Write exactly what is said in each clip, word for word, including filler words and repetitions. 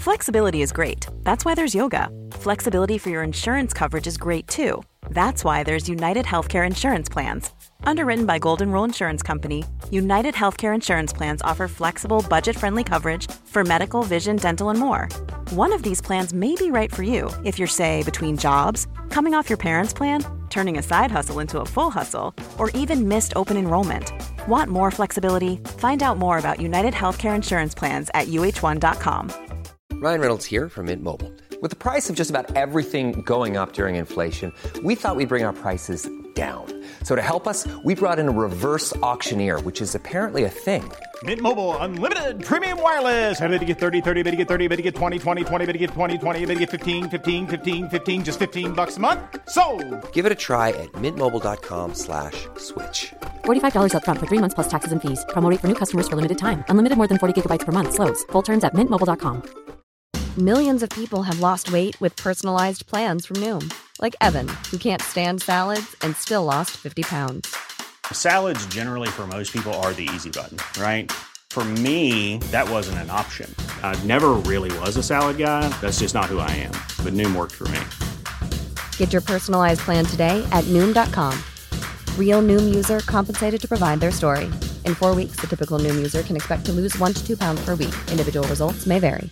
Flexibility is great. That's why there's yoga. Flexibility for your insurance coverage is great too. That's why there's United Healthcare Insurance Plans. Underwritten by Golden Rule Insurance Company, United Healthcare Insurance Plans offer flexible, budget-friendly coverage for medical, vision, dental, and more. One of these plans may be right for you if you're, say, between jobs, coming off your parents' plan, turning a side hustle into a full hustle, or even missed open enrollment. Want more flexibility? Find out more about United Healthcare Insurance Plans at U H one dot com. Ryan Reynolds here from Mint Mobile. With the price of just about everything going up during inflation, we thought we'd bring our prices down. So to help us, we brought in a reverse auctioneer, which is apparently a thing. Mint Mobile Unlimited Premium Wireless. How to get thirty, thirty, how to get thirty, how to get twenty, twenty, twenty, how to get twenty, twenty, how to get fifteen, fifteen, fifteen, fifteen, just fifteen bucks a month? Sold! Give it a try at mintmobile.com slash switch. forty-five dollars up front for three months plus taxes and fees. Promo rate for new customers for limited time. Unlimited more than forty gigabytes per month. Slows full terms at mint mobile dot com. Millions of people have lost weight with personalized plans from Noom. Like Evan, who can't stand salads and still lost fifty pounds. Salads generally for most people are the easy button, right? For me, that wasn't an option. I never really was a salad guy. That's just not who I am. But Noom worked for me. Get your personalized plan today at Noom dot com. Real Noom user compensated to provide their story. In four weeks, the typical Noom user can expect to lose one to two pounds per week. Individual results may vary.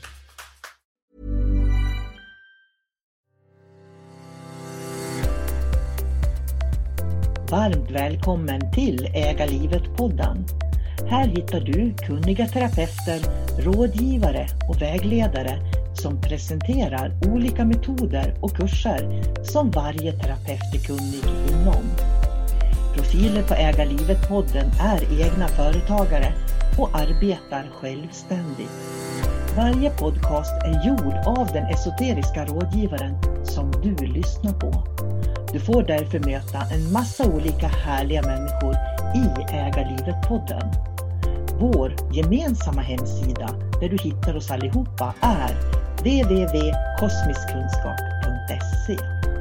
Varmt välkommen till Äga livet-podden. Här hittar du kunniga terapeuter, rådgivare och vägledare som presenterar olika metoder och kurser som varje terapeut är kunnig inom. Profiler på Äga livet-podden är egna företagare och arbetar självständigt. Varje podcast är gjord av den esoteriska rådgivaren som du lyssnar på. Du får därför möta en massa olika härliga människor i Äga livet-podden. Vår gemensamma hemsida där du hittar oss allihopa är w w w punkt kosmiskkunskap punkt se.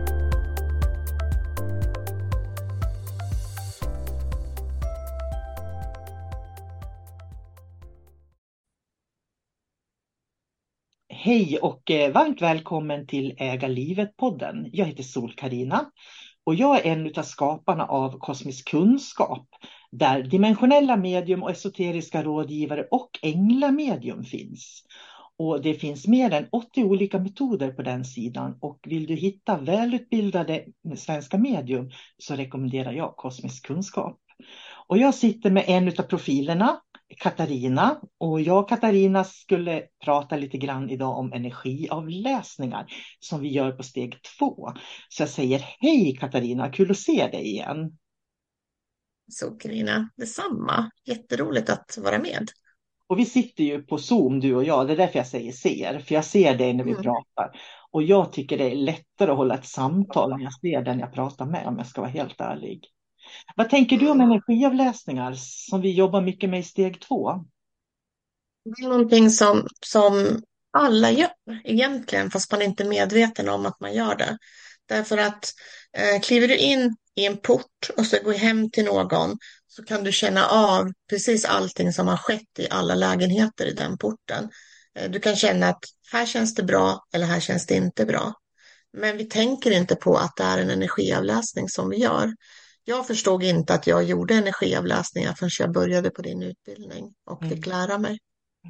Hej och varmt välkommen till Äga livet-podden. Jag heter Sol-Carina och jag är en av skaparna av Kosmisk kunskap, där dimensionella medium och esoteriska rådgivare och änglamedium finns. Och det finns mer än åttio olika metoder på den sidan, och vill du hitta välutbildade svenska medium så rekommenderar jag Kosmisk kunskap. Och jag sitter med en av profilerna, Katarina, och jag och Katarina skulle prata lite grann idag om energiavläsningar som vi gör på steg två. Så jag säger hej Katarina, kul att se dig igen. Så Carina, detsamma. Jätteroligt att vara med. Och vi sitter ju på Zoom du och jag, det är därför jag säger ser, för jag ser dig när vi mm. pratar. Och jag tycker det är lättare att hålla ett samtal när jag ser den jag pratar med, om jag ska vara helt ärlig. Vad tänker du om energiavläsningar som vi jobbar mycket med i steg två? Det är någonting som, som alla gör egentligen, fast man är inte medveten om att man gör det. Därför att eh, kliver du in i en port och så går hem till någon, så kan du känna av precis allting som har skett i alla lägenheter i den porten. Eh, du kan känna att här känns det bra eller här känns det inte bra. Men vi tänker inte på att det är en energiavläsning som vi gör. Jag förstod inte att jag gjorde energiavläsningar förrän jag började på din utbildning och fick lära mig.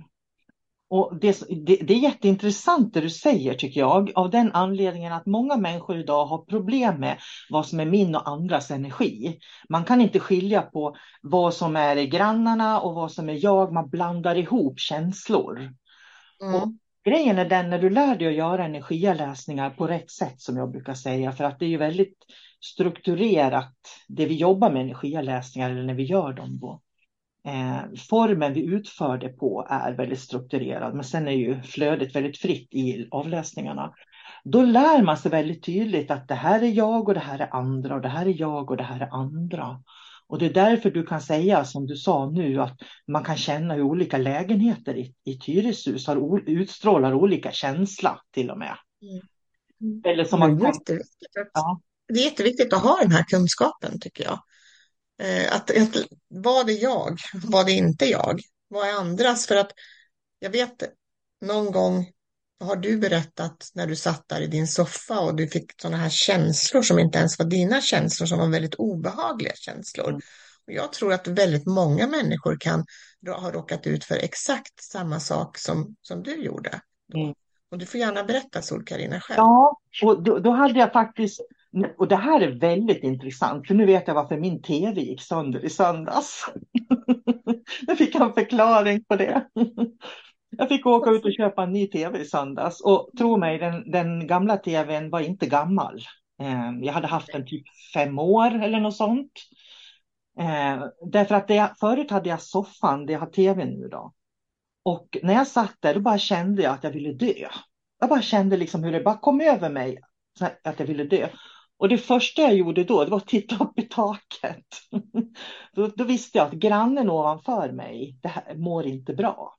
Och det, det, det är jätteintressant det du säger, tycker jag, av den anledningen att många människor idag har problem med vad som är min och andras energi. Man kan inte skilja på vad som är grannarna och vad som är jag, man blandar ihop känslor. Mm. Och grejen är den, när du lär dig att göra energiavläsningar på rätt sätt, som jag brukar säga, för att det är ju väldigt strukturerat det vi jobbar med energiavläsningar, eller när vi gör dem då. Eh, formen vi utför det på är väldigt strukturerad, men sen är ju flödet väldigt fritt i avläsningarna. Då lär man sig väldigt tydligt att det här är jag och det här är andra, och det här är jag och det här är andra. Och det är därför du kan säga, som du sa nu, att man kan känna hur olika lägenheter i, i Tyrishus har o, utstrålar olika känsla till och med. Mm. Mm. Eller som man kan... det, är ja. det är jätteviktigt att ha den här kunskapen, tycker jag. Eh, att, att vad är jag? Vad är inte jag? Vad är andras? För att jag vet någon gång har du berättat när du satt där i din soffa och du fick sådana här känslor som inte ens var dina känslor, som var väldigt obehagliga känslor. Mm. Och jag tror att väldigt många människor kan ha råkat ut för exakt samma sak som, som du gjorde då. Mm. Och du får gärna berätta, Sol-Carina, själv. Ja, och då, då hade jag faktiskt, och det här är väldigt intressant, för nu vet jag varför min tv gick sönder i söndags. Jag fick en förklaring på det. Jag fick åka ut och köpa en ny tv i söndags, och tro mig, den, den gamla tvn var inte gammal. Eh, jag hade haft den typ fem år eller något sånt. Eh, därför att det, förut hade jag soffan, det jag har tv nu då. Och när jag satt där, då bara kände jag att jag ville dö. Jag bara kände liksom hur det bara kom över mig, att jag ville dö. Och det första jag gjorde då, det var att titta upp i taket. då, då visste jag att grannen ovanför mig, det här mår inte bra.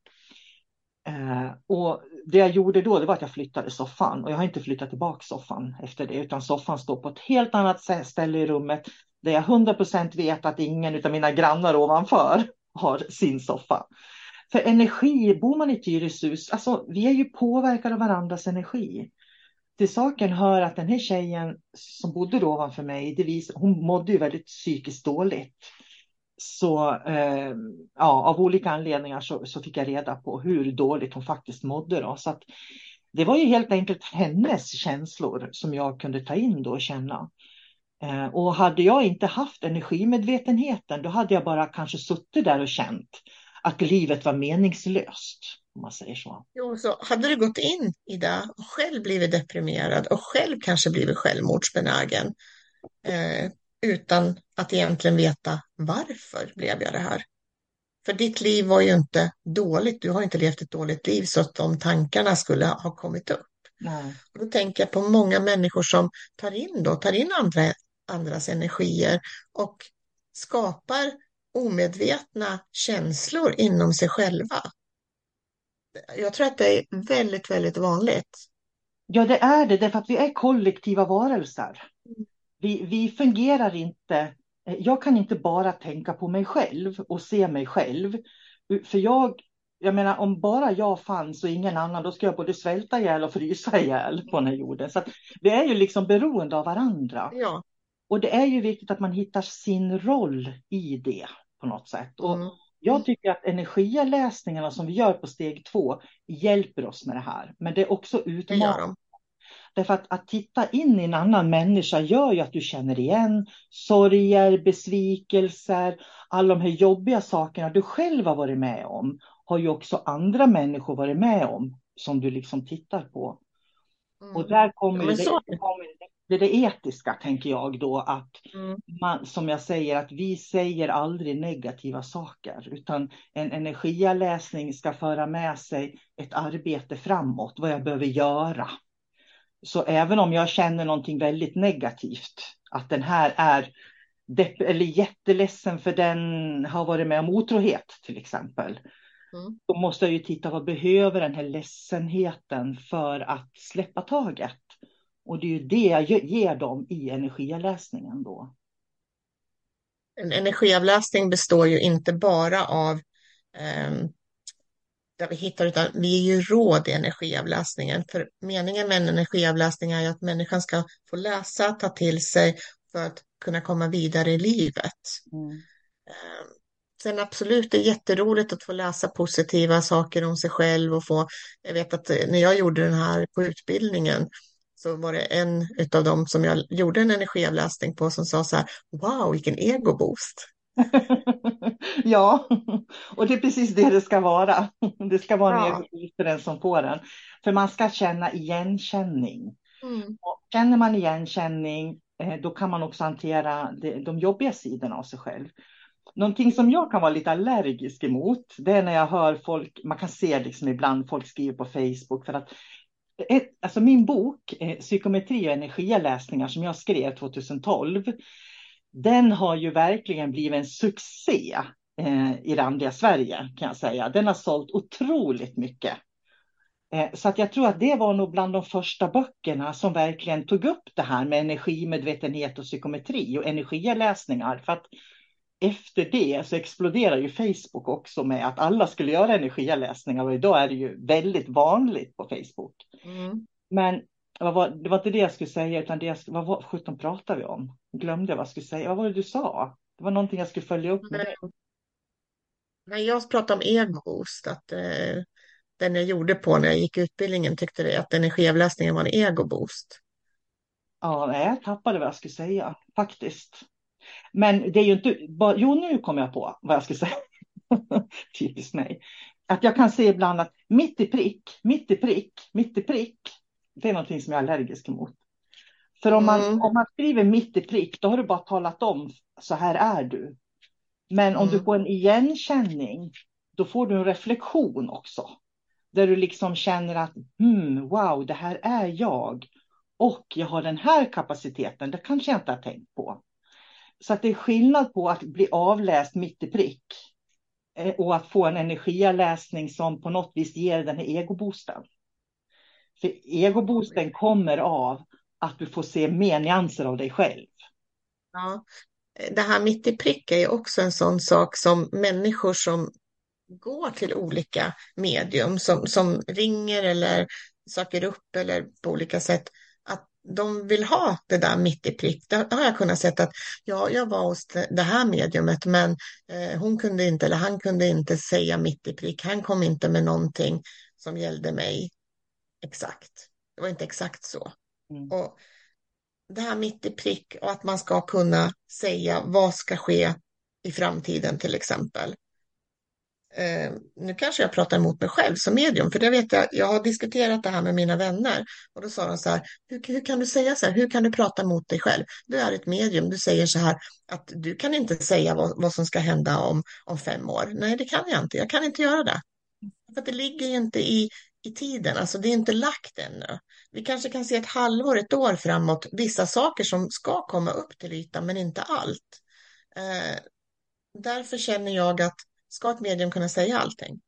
Eh, och det jag gjorde då, det var att jag flyttade soffan. Och jag har inte flyttat tillbaka soffan efter det, utan soffan står på ett helt annat ställe i rummet, där jag hundra procent vet att ingen av mina grannar ovanför har sin soffa. För energi, bor man i Tyrishus, alltså vi är ju påverkade av varandras energi. Till saken hör att den här tjejen som bodde då ovanför mig, det vis, hon mådde ju väldigt psykiskt dåligt. Så eh, ja, av olika anledningar så, så fick jag reda på hur dåligt hon faktiskt mådde då. Så att det var ju helt enkelt hennes känslor som jag kunde ta in då och känna. Eh, och hade jag inte haft energimedvetenheten, då hade jag bara kanske suttit där och känt att livet var meningslöst, om man säger så. Jo, så hade du gått in i det och själv blivit deprimerad och själv kanske blivit självmordsbenägen eh, utan att egentligen veta varför blev jag det här. För ditt liv var ju inte dåligt, du har inte levt ett dåligt liv så att de tankarna skulle ha kommit upp. Nej. Och då tänker jag på många människor som tar in, då, tar in andra, andras energier och skapar omedvetna känslor inom sig själva. Jag tror att det är väldigt, väldigt vanligt. Ja, det är det, därför att vi är kollektiva varelser. Vi, vi fungerar inte, jag kan inte bara tänka på mig själv och se mig själv. För jag, jag menar, om bara jag fanns och ingen annan, då ska jag både svälta ihjäl och frysa ihjäl på den här jorden. Så att vi är ju liksom beroende av varandra. Ja. Och det är ju viktigt att man hittar sin roll i det på något sätt. Och Mm. jag tycker att energiläsningarna som vi gör på steg två hjälper oss med det här. Men det är också Det gör utmanande. de. Därför att, att titta in i en annan människa gör ju att du känner igen sorger, besvikelser, alla de här jobbiga sakerna du själv har varit med om har ju också andra människor varit med om som du liksom tittar på. Mm. Och där kommer, Ja, men det, så- det, kommer det, det etiska, tänker jag då, att Mm. man, som jag säger, att vi säger aldrig negativa saker, utan en energiläsning ska föra med sig ett arbete framåt, vad jag behöver göra. Så även om jag känner någonting väldigt negativt, att den här är depp- eller jätteledsen för den har varit med om otrohet till exempel. Mm. Då måste jag ju titta, vad behöver den här ledsenheten för att släppa taget. Och det är ju det jag ge- ger dem i energiläsningen då. En energiavläsning består ju inte bara av ehm, där vi hittar, utan vi är ju råd i energiavläsningen. För meningen med en energiavläsning är ju att människan ska få läsa, ta till sig för att kunna komma vidare i livet. Mm. Ehm, Sen absolut, det är jätteroligt att få läsa positiva saker om sig själv och få, jag vet att när jag gjorde den här på utbildningen så var det en utav dem som jag gjorde en energiavläsning på som sa så här: wow, vilken egoboost. Ja, och det är precis det det ska vara. Det ska vara en Ja. egen för den som får den. För man ska känna igenkänning. Mm. Och känner man igenkänning, eh, då kan man också hantera det, de jobbiga sidorna av sig själv. Någonting som jag kan vara lite allergisk emot, det är när jag hör folk, man kan se liksom ibland folk skriver på Facebook, för att ett, alltså min bok, eh, Psykometri och energiläsningar, som jag skrev tjugohundratolv, den har ju verkligen blivit en succé eh, i randiga Sverige, kan jag säga. Den har sålt otroligt mycket. Eh, så att jag tror att det var nog bland de första böckerna som verkligen tog upp det här med energimedvetenhet och psykometri och energiläsningar. För att efter det så exploderar ju Facebook också med att alla skulle göra energiläsningar, och idag är det ju väldigt vanligt på Facebook. Mm. Men vad var, det var inte det jag skulle säga, utan det jag, vad var, sjutton pratar vi om? Glömde jag vad jag skulle säga. Vad var det du sa? Det var någonting jag skulle följa upp med det. Nej, jag pratade om egoboost, att eh, den jag gjorde på när jag gick utbildningen tyckte det, att energiavläsningen var en egoboost. Ja, nej, jag tappade vad jag skulle säga, faktiskt. Men det är ju inte, bara, jo nu kommer jag på vad jag skulle säga. Typiskt mig. Att jag kan se ibland att mitt i prick, mitt i prick, mitt i prick, det är någonting som jag är allergisk emot. För om man, Mm. om man skriver mitt i prick, då har du bara talat om, så här är du. Men om Mm. du får en igenkänning, då får du en reflektion också. Där du liksom känner att, hmm, wow, det här är jag. Och jag har den här kapaciteten, det kanske jag inte har tänkt på. Så att det är skillnad på att bli avläst mitt i prick. eh, Och att få en energiavläsning som på något vis ger den här egoboosten. För egoboosten kommer av att du får se mer nyanser av dig själv. Ja. Det här mitt i prick är ju också en sån sak som människor som går till olika medium, som, som ringer eller söker upp eller på olika sätt, att de vill ha det där mitt i prick. Där har jag kunnat se att ja, jag var hos det här mediumet, men eh, hon kunde inte eller han kunde inte säga mitt i prick. Han kom inte med någonting som gällde mig exakt. Det var inte exakt så. Mm. Och det här mitt i prick och att man ska kunna säga vad ska ske i framtiden till exempel. Eh, nu kanske jag pratar emot mig själv som medium, för det vet jag, jag har diskuterat det här med mina vänner och då sa de så här, hur, hur kan du säga så här, hur kan du prata emot dig själv? Du är ett medium, du säger så här att du kan inte säga vad, vad som ska hända om, om fem år. Nej, det kan jag inte, jag kan inte göra det. För att det ligger ju inte i, i tiden, alltså det är inte lagt ännu. Vi kanske kan se ett halvår, ett år framåt, vissa saker som ska komma upp till ytan, men inte allt. Eh, därför känner jag att ska ett medium kunna säga allting?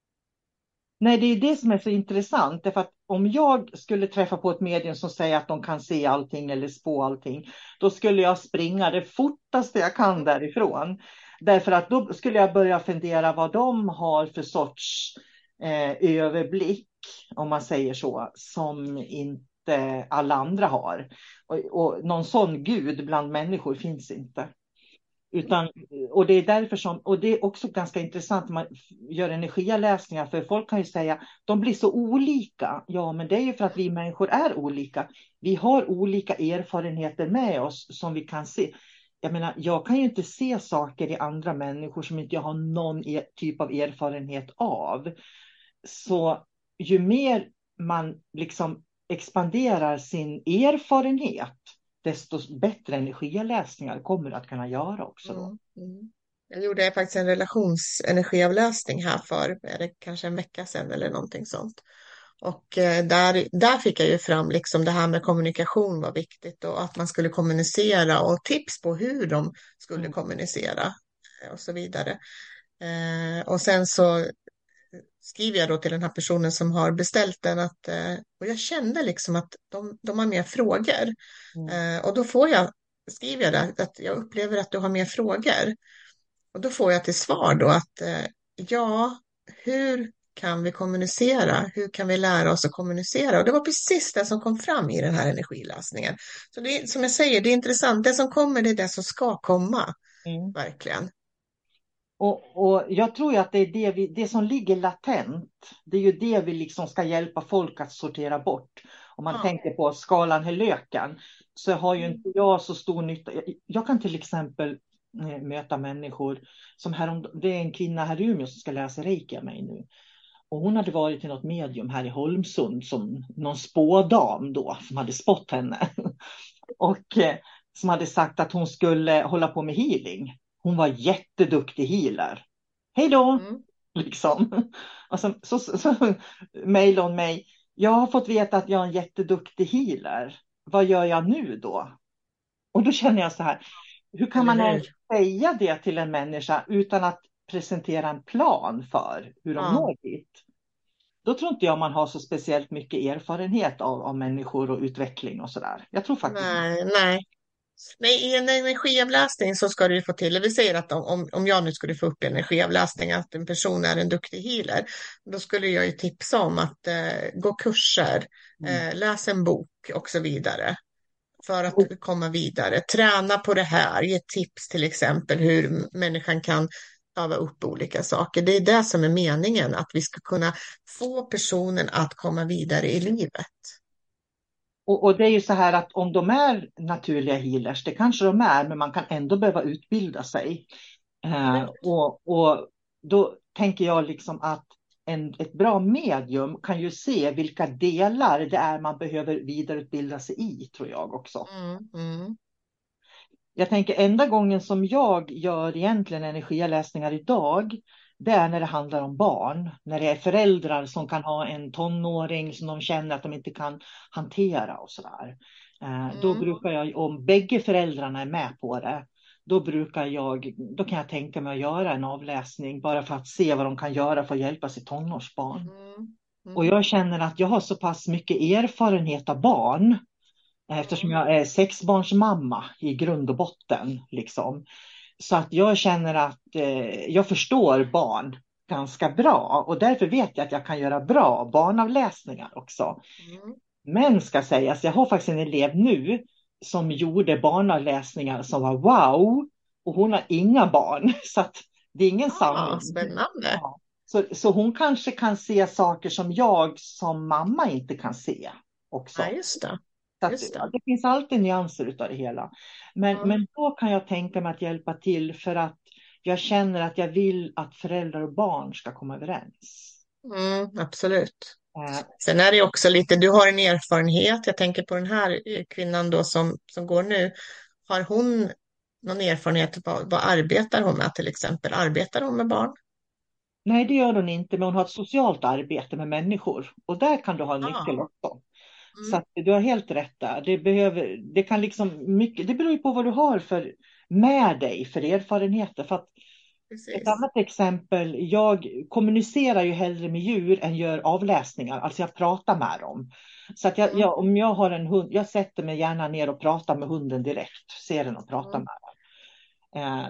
Nej, det är det som är så intressant. Därför att om jag skulle träffa på ett medium som säger att de kan se allting eller spå allting, då skulle jag springa det fortaste jag kan därifrån. Därför att då skulle jag börja fundera vad de har för sorts eh, överblick, om man säger så, som inte alla andra har. Och, och någon sån gud bland människor finns inte. Utan, och det är därför som, och det är också ganska intressant när man gör energiavläsningar, för folk kan ju säga de blir så olika. Ja, men det är ju för att vi människor är olika. Vi har olika erfarenheter med oss som vi kan se. Jag menar, jag kan ju inte se saker i andra människor som inte jag har någon er, typ av erfarenhet av. Så ju mer man liksom expanderar sin erfarenhet, desto bättre energiavläsningar kommer du att kunna göra också då. Mm, mm. Jag gjorde faktiskt en relationsenergiavläsning här för är det kanske en vecka sedan eller någonting sånt. Och eh, där, där fick jag ju fram liksom det här med kommunikation var viktigt och att man skulle kommunicera och tips på hur de skulle Mm. kommunicera eh, och så vidare. Eh, och sen så skriver jag då till den här personen som har beställt den att, eh, och jag kände liksom att de, de har mer frågor. Mm. Eh, och då får jag, skriver jag där att jag upplever att du har mer frågor. Och då får jag till svar då att eh, ja, hur kan vi kommunicera? Hur kan vi lära oss att kommunicera? Och det var precis det som kom fram i den här energiläsningen. Så det är, som jag säger, det är intressant. Det som kommer, det är det som ska komma. Mm. Verkligen. Och, och jag tror ju att det är det, vi, det som ligger latent, det är ju det vi liksom ska hjälpa folk att sortera bort. Om man Ja. tänker på skalan Helökan, så har ju inte jag så stor nytta. Jag, jag kan till exempel eh, möta människor som här, det är en kvinna här i Umeå som ska läsa reiki av mig nu. Och hon hade varit till något medium här i Holmsund som någon spådam då, som hade spått henne. Och eh, som hade sagt att hon skulle hålla på med healing. Hon var jätteduktig healer. Hej då! Mm. Liksom. Och så, så, så, så mejlade hon mig. Jag har fått veta att jag är en jätteduktig healer. Vad gör jag nu då? Och då känner jag så här. Hur kan man Eller hur? ens säga det till en människa utan att presentera en plan för hur de Ja. når dit? Då tror inte jag man har så speciellt mycket erfarenhet av, av människor och utveckling och sådär. Jag tror faktiskt Nej, nej. Nej, i en energiavläsning så ska du ju få till, vi säger att om, om jag nu skulle få upp i energiavläsning att en person är en duktig healer, då skulle jag ju tipsa om att eh, gå kurser, Mm. eh, läsa en bok och så vidare för att komma vidare. Träna på det här, ge tips till exempel hur människan kan öva upp olika saker. Det är det som är meningen, att vi ska kunna få personen att komma vidare i livet. Och, och det är ju så här att om de är naturliga healers, det kanske de är, men man kan ändå behöva utbilda sig. Eh, och, och då tänker jag liksom att en, ett bra medium kan ju se vilka delar det är man behöver vidareutbilda sig i, tror jag också. Mm, mm. Jag tänker enda gången som jag gör egentligen energiläsningar idag, det är när det handlar om barn. När det är föräldrar som kan ha en tonåring som de känner att de inte kan hantera och sådär. Eh, Mm. Då brukar jag, om bägge föräldrarna är med på det, då brukar jag, då kan jag tänka mig att göra en avläsning bara för att se vad de kan göra för att hjälpa sitt tonårsbarn. Mm. Mm. Och jag känner att jag har så pass mycket erfarenhet av barn, eftersom jag är sexbarnsmamma i grund och botten. Liksom. Så att jag känner att eh, jag förstår barn ganska bra. Och därför vet jag att jag kan göra bra barnavläsningar också. Mm. Men ska sägas, jag har faktiskt en elev nu som gjorde barnavläsningar som var wow. Och hon har inga barn. Så att det är ingen Ah, sanning. spännande. Ja. Så, så hon kanske kan se saker som jag som mamma inte kan se också. Ja, just det. Så att, Just det. ja, det finns alltid nyanser utav det hela. Men, Ja. men då kan jag tänka mig att hjälpa till för att jag känner att jag vill att föräldrar och barn ska komma överens. Mm, absolut. Eh, Sen är det också lite, du har en erfarenhet, jag tänker på den här kvinnan då som, som går nu. Har hon någon erfarenhet, vad, vad arbetar hon med till exempel? Arbetar hon med barn? nej, det gör hon inte, men hon har ett socialt arbete med människor. Och där kan du ha en Ah. nyckel också. Mm. Så att du har helt rätt där. Det, behöver, det, kan liksom mycket, det beror ju på vad du har för, med dig för erfarenheter. För att Precis. ett annat exempel, jag kommunicerar ju hellre med djur än gör avläsningar. Alltså jag pratar med dem. Så att jag, Mm. jag, om jag har en hund, jag sätter mig gärna ner och pratar med hunden direkt. Ser den och pratar Mm. med den. Eh,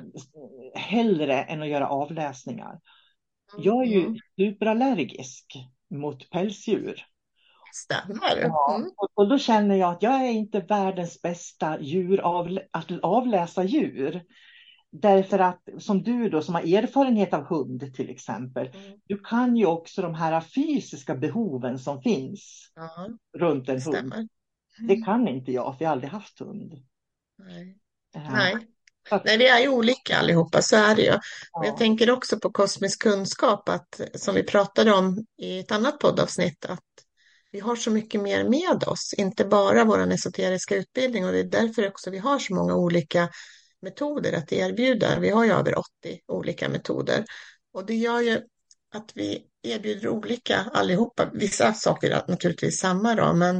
hellre än att göra avläsningar. Jag är ju Mm. superallergisk mot pälsdjur. Stämmer. Ja, Mm. och, och då känner jag att jag är inte världens bästa djur av, att avläsa djur. Därför att som du då som har erfarenhet av hund till exempel. Mm. Du kan ju också de här fysiska behoven som finns Ja, runt en hund. stämmer. Det kan inte jag för jag har aldrig haft hund. Nej. Eh, Nej. så att- Nej, vi är ju olika allihopa, så är det ju. Och jag ja. tänker också på kosmisk kunskap, att, som vi pratade om i ett annat poddavsnitt, att vi har så mycket mer med oss, inte bara vår esoteriska utbildning, och det är därför också vi har så många olika metoder att erbjuda. Vi har ju över åttio olika metoder och det gör ju att vi erbjuder olika allihopa. Vissa saker är naturligtvis samma då, men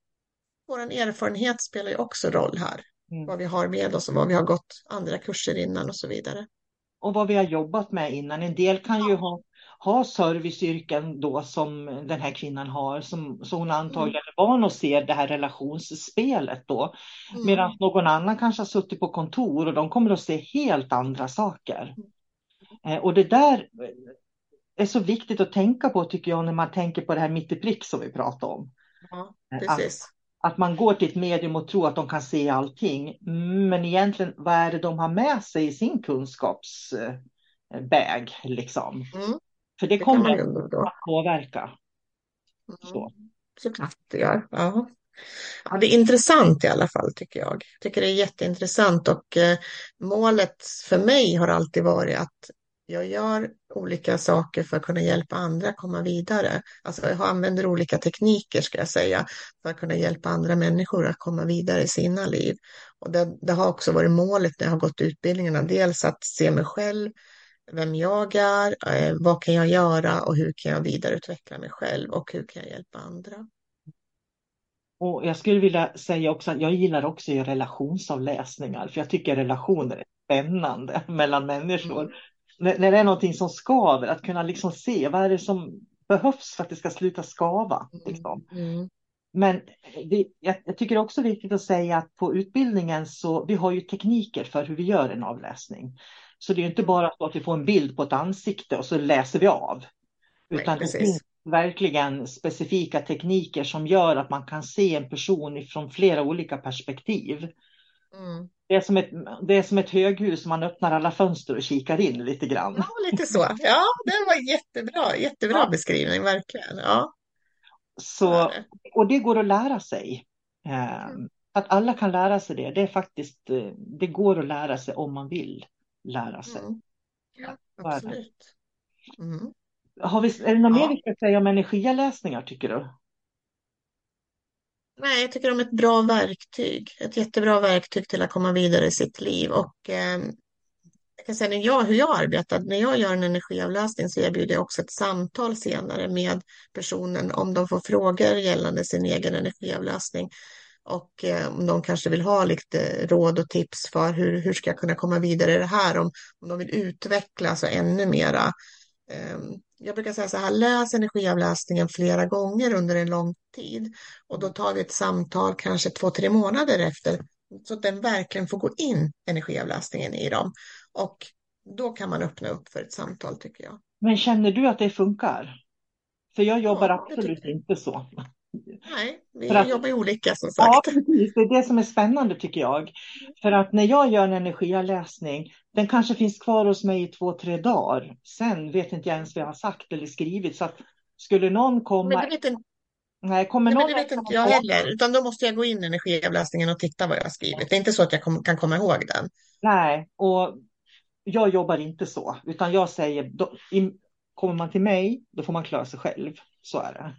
vår erfarenhet spelar ju också roll här. Mm. Vad vi har med oss och vad vi har gått andra kurser innan och så vidare. Och vad vi har jobbat med innan. En del kan ju ha, ha serviceyrken då som den här kvinnan har. Som, så hon antagligen är van att se det här relationsspelet då. Mm. Medan någon annan kanske har suttit på kontor och de kommer att se helt andra saker. Eh, och det där är så viktigt att tänka på tycker jag när man tänker på det här mitt i prick som vi pratade om. Ja, Att, precis. att man går till ett medium och tror att de kan se allting. Men egentligen vad är det de har med sig i sin kunskapsbag liksom. Mm. För det Det kan man kommer ju då. att påverka. Så. Mm. Såklart det gör. Ja. Ja, det är intressant i alla fall tycker jag. Jag tycker det är jätteintressant och eh, målet för mig har alltid varit att jag gör olika saker för att kunna hjälpa andra att komma vidare. Alltså jag använder olika tekniker ska jag säga för att kunna hjälpa andra människor att komma vidare i sina liv. Och det, det har också varit målet när jag har gått utbildningarna. Dels att se mig själv, vem jag är, eh, vad kan jag göra och hur kan jag vidareutveckla mig själv och hur kan jag hjälpa andra. Och jag skulle vilja säga också att jag gillar också att göra relationsavläsningar. För jag tycker relationer är spännande mellan människor. Mm. När, när det är någonting som skaver, att kunna liksom se vad är det som behövs för att det ska sluta skava. Liksom. Mm. Men vi, jag, jag tycker också det är viktigt att säga att på utbildningen så vi har ju tekniker för hur vi gör en avläsning. Så det är ju inte bara så att vi får en bild på ett ansikte och så läser vi av. Nej, Utan det precis. finns verkligen specifika tekniker som gör att man kan se en person från flera olika perspektiv. Mm. Det är som ett, det är som ett höghus, man öppnar alla fönster och kikar in lite grann. Ja, lite så. Ja, det var jättebra. Jättebra Ja. beskrivning, verkligen. Ja, så är Så, det. och det går att lära sig. Eh, Mm. Att alla kan lära sig det. Det är faktiskt, eh, det går att lära sig om man vill lära sig. Mm. Ja, Så är det. absolut. Mm. Har vi, är det något mer Ja. vi ska säga om energiläsningar tycker du? Nej, jag tycker de är ett bra verktyg. Ett jättebra verktyg till att komma vidare i sitt liv. Och eh, jag kan säga när jag, hur jag arbetar. När jag gör en energiavläsning så erbjuder jag också ett samtal senare med personen om de får frågor gällande sin egen energiavläsning. Och eh, om de kanske vill ha lite råd och tips för hur, hur ska jag kunna komma vidare i det här. Om, om de vill utveckla så ännu mera. Eh, jag brukar säga så här, läs energiavläsningen flera gånger under en lång tid. Och då tar vi ett samtal kanske två, tre månader efter. Så att den verkligen får gå in, energiavläsningen i dem. Och då kan man öppna upp för ett samtal tycker jag. Men känner du att det funkar? För jag jobbar Ja, det absolut tycker jag. inte så. Nej, vi För att- jobbar ju olika som Ja, sagt. precis. Det är det som är spännande tycker jag. För att när jag gör en energiavläsning, den kanske finns kvar hos mig i två, tre dagar. Sen vet inte jag ens vad jag har sagt eller skrivit. Så att skulle någon Men komma... det vet inte, Nej, kommer nej, men någon... det vet inte jag heller. Utan då måste jag gå in i energiavläsningen och titta vad jag har skrivit. Det är inte så att jag kom, kan komma ihåg den. Nej, och jag jobbar inte så. Utan jag säger, då, in, kommer man till mig, då får man klara sig själv. Så är det.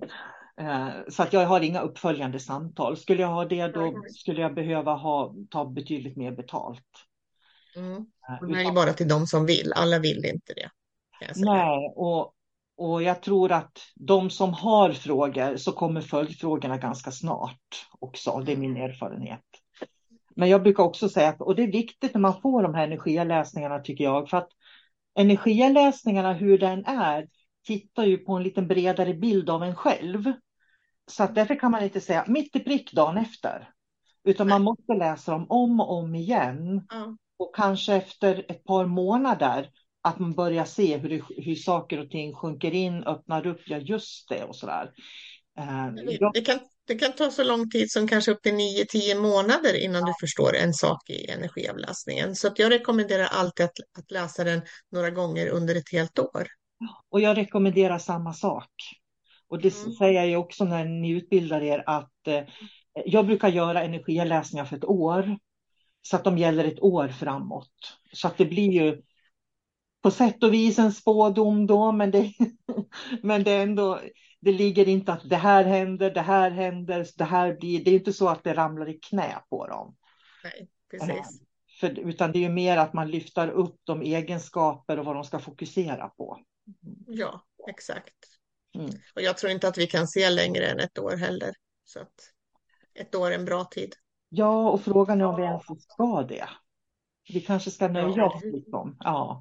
Eh, Så att jag har inga uppföljande samtal. Skulle jag ha det då skulle jag behöva ha, ta betydligt mer betalt. Mm. Eh, Och det är ju utan- bara till de som vill. Alla vill inte det. Kan jag säga. Nej, och, och jag tror att de som har frågor så kommer följdfrågorna ganska snart också. Det är min erfarenhet. Men jag brukar också säga att, och det är viktigt när man får de här energiläsningarna tycker jag, för att energiläsningarna hur den är tittar ju på en liten bredare bild av en själv. Så att därför kan man inte säga mitt i prick dagen efter. Utan man måste läsa dem om och om igen. Ja. Och kanske efter ett par månader att man börjar se hur, det, hur saker och ting sjunker in, öppnar upp, ja just det och sådär. Eh, jag, Det kan, det kan ta så lång tid som kanske upp till nio tio månader innan du förstår en sak i energiavläsningen. Så att jag rekommenderar alltid att, att läsa den några gånger under ett helt år. och jag rekommenderar samma sak. Och det Mm. säger jag ju också när ni utbildar er att eh, jag brukar göra energiläsningar för ett år. Så att de gäller ett år framåt. Så att det blir ju på sätt och vis en spådom då. Men det, men det är ändå, det ligger inte att det här händer, det här händer, det här blir. Det är inte så att det ramlar i knä på dem. Nej, precis. För, utan det är ju mer att man lyfter upp de egenskaper och vad de ska fokusera på. Ja, exakt. Mm. Och jag tror inte att vi kan se längre än ett år heller. Så att ett år är en bra tid. Ja, och frågan är om vi ens ska det. Vi kanske ska nöja Ja. oss liksom. Ja.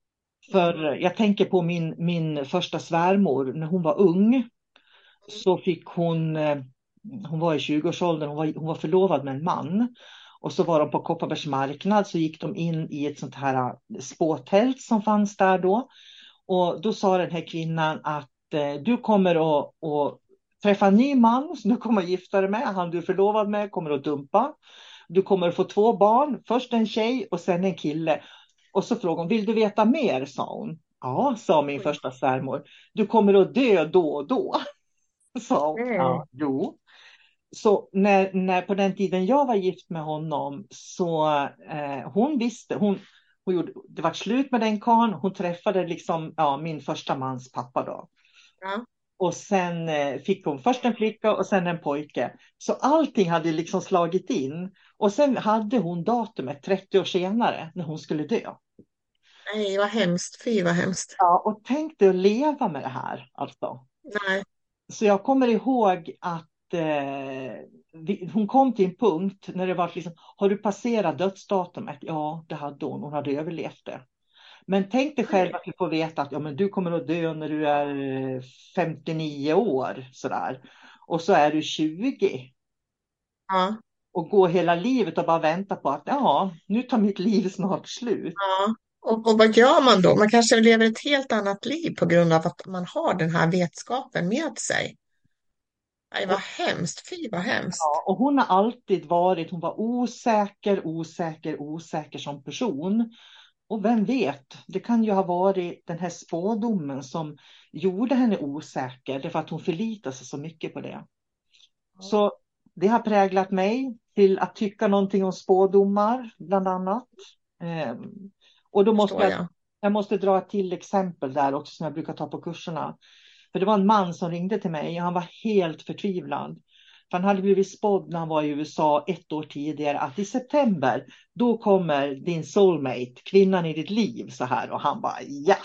För jag tänker på min, min första svärmor, när hon var ung så fick hon, eh, hon var i tjugoårsåldern, hon var, hon var förlovad med en man. Och så var de på Kopparbergs marknad, så gick de in i ett sånt här spåtält som fanns där då. Och då sa den här kvinnan att eh, du kommer att, att träffa en ny man som du kommer att gifta dig med. Han du är förlovad med kommer att dumpa. Du kommer att få två barn, först en tjej och sen en kille. Och så frågade hon, vill du veta mer, sa hon. Ja, sa min första svärmor. Du kommer att dö då och då, sa hon. Mm. Ja, jo. Så när, när på den tiden jag var gift med honom så eh, hon visste, hon, hon gjorde, det var slut med den karln. Hon träffade liksom, ja, min första mans pappa då. Ja. Och sen eh, fick hon först en flicka och sen en pojke. Så allting hade liksom slagit in. Och sen hade hon datumet trettio år senare när hon skulle dö. Nej, vad hemskt. Fy, vad hemskt. Ja, och tänkte att leva med det här alltså. Nej. Så jag kommer ihåg att eh, vi, hon kom till en punkt när det var liksom, har du passerat dödsdatumet? Ja, det hade hon. Hon hade överlevt det. Men tänk dig själv att du får veta att ja, men du kommer att dö när du är femtionio år. Sådär. och så är du tjugo. Ja, Och gå hela livet och bara vänta på att ja, nu tar mitt liv snart slut. ja. Och, och vad gör man då? Man kanske lever ett helt annat liv på grund av att man har den här vetskapen med sig. Nej, vad hemskt. Fy, vad hemskt. Ja, och hon har alltid varit, hon var osäker, osäker, osäker som person. Och vem vet, det kan ju ha varit den här spådomen som gjorde henne osäker. Därför att hon förlitade sig så mycket på det. Så det har präglat mig till att tycka någonting om spådomar, bland annat. Eh, och då måste Förstår jag, jag. jag måste dra ett till exempel där också som jag brukar ta på kurserna. För det var en man som ringde till mig och han var helt förtvivlad. För han hade blivit spådd när han var i U S A ett år tidigare att i september då kommer din soulmate, kvinnan i ditt liv så här. Och han bara ja,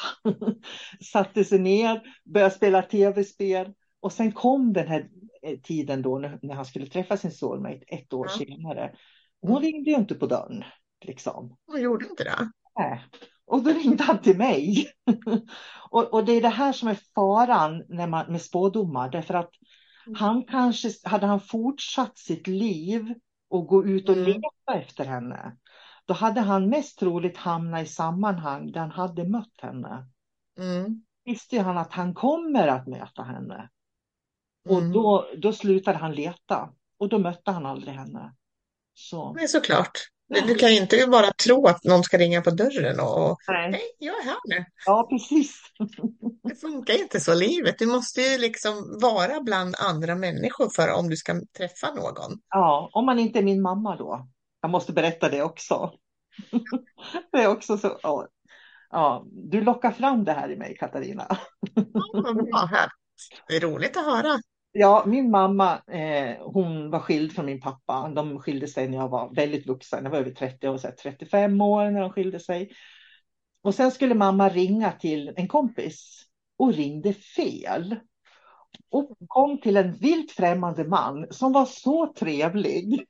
satte sig ner, började spela tv-spel och sen kom den här tiden då när han skulle träffa sin soulmate ett år Ja. senare. Hon ringde ju inte på dörren liksom. Hon gjorde inte det. Nej. Och då ringde han till mig. och, och det är det här som är faran när man, med spådomar. Därför att han kanske, hade han fortsatt sitt liv och gå ut och Mm. leta efter henne. Då hade han mest troligt hamnat i sammanhang där han hade mött henne. Mm. Visste ju han att han kommer att möta henne. Och Mm. då, då slutade han leta. Och då mötte han aldrig henne. Så. Men såklart. Du, du kan ju inte bara tro att någon ska ringa på dörren och, och Nej. hej, jag är här nu. Ja, precis. Det funkar inte så livet. Du måste ju liksom vara bland andra människor för om du ska träffa någon. Ja, om man inte är min mamma då. Jag måste berätta det också. Det är också så. Ja, ja, du lockar fram det här i mig, Katarina. Ja, vad bra här. Det är roligt att höra. Ja, min mamma, eh, hon var skild från min pappa. De skilde sig när jag var väldigt vuxen. Jag var över trettio år, så här, trettiofem år när de skilde sig. Och sen skulle mamma ringa till en kompis och ringde fel. Och kom till en vilt främmande man som var så trevlig.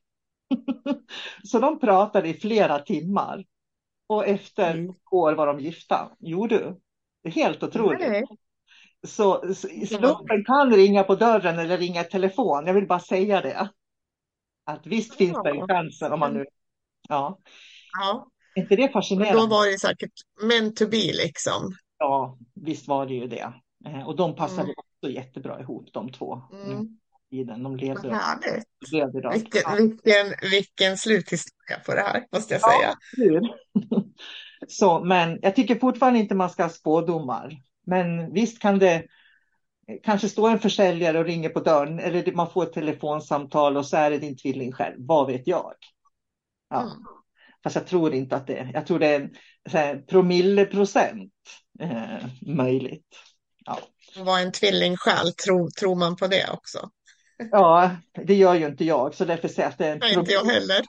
Så de pratade i flera timmar. Och efter Mm. år var de gifta. Jo du, det är helt otroligt. Nej. Så, så slumpen kan ringa på dörren eller ringa i telefon. Jag vill bara säga det. Att visst finns det en chansen om man nu... Ja, Ja, är inte det och då fascinerande? var det säkert meant to be liksom. Ja, visst var det ju det. Eh, Och de passade Mm. också jättebra ihop, de två. Mm. I den. De Vad levde härligt. levde då. Vilken, vilken, vilken sluthistoria på det här, måste jag Ja, säga. hur? Så, men jag tycker fortfarande inte man ska ha spådomar. Men visst kan det kanske stå en försäljare och ringer på dörren. Eller man får ett telefonsamtal och så är det din tvilling själv. Vad vet jag? Ja. Mm. Fast jag tror inte att det jag tror det är en så här, promilleprocent eh, möjligt. Ja. Vad en tvilling själv, tror, tror man på det också? Ja, det gör ju inte jag. Så därför säger jag att det är en Nej, inte jag heller.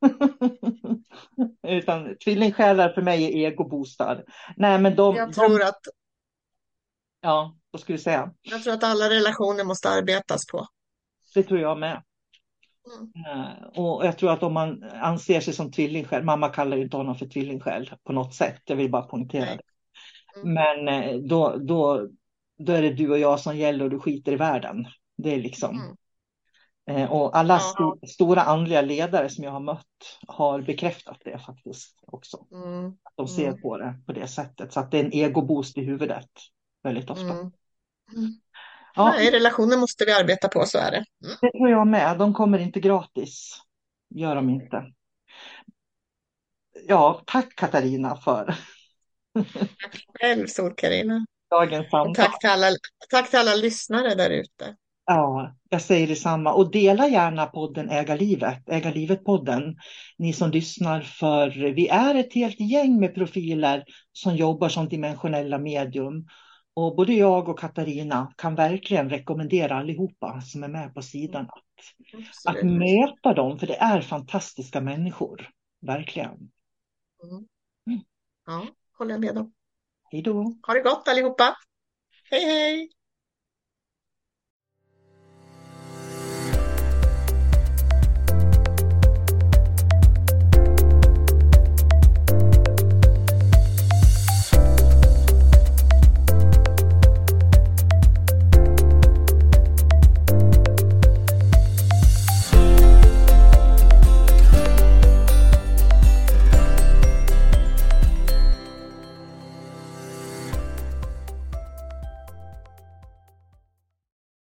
Utan tvillingsjälar för mig är egoboostad. Nej, men de... Jag de tror att, ja, vad skulle du säga? jag tror att alla relationer måste arbetas på. Det tror jag med. Mm. Eh, Och jag tror att om man anser sig som tvillingsjäl, mamma kallar ju inte honom för tvillingsjäl på något sätt. Jag vill bara poängtera Nej. det. Mm. Men eh, då, då, då är det du och jag som gäller och du skiter i världen. Det är liksom... Mm. Eh, Och alla Ja. sto- stora andliga ledare som jag har mött har bekräftat det faktiskt också. Mm. Att de ser Mm. på det på det sättet. Så att det är en egoboost i huvudet väldigt ofta. Mm. Mm. Ja, Nej, relationer måste vi arbeta på, så är det. Mm. det tror jag med. De kommer inte gratis. Gör de inte. Ja, tack Katarina för Själv, Sol-Carina. dagens Och samtal. tack till alla, tack till alla lyssnare där ute. Ja, jag säger detsamma. Och dela gärna podden Äga livet, Äga livet-podden. Ni som lyssnar, för vi är ett helt gäng med profiler som jobbar som dimensionella medium. Och både jag och Katarina kan verkligen rekommendera allihopa som är med på sidan att, att Absolut. möta dem, för det är fantastiska människor. Verkligen. Mm. Ja, håller jag med om. Hej då. Ha det gott allihopa. Hej hej!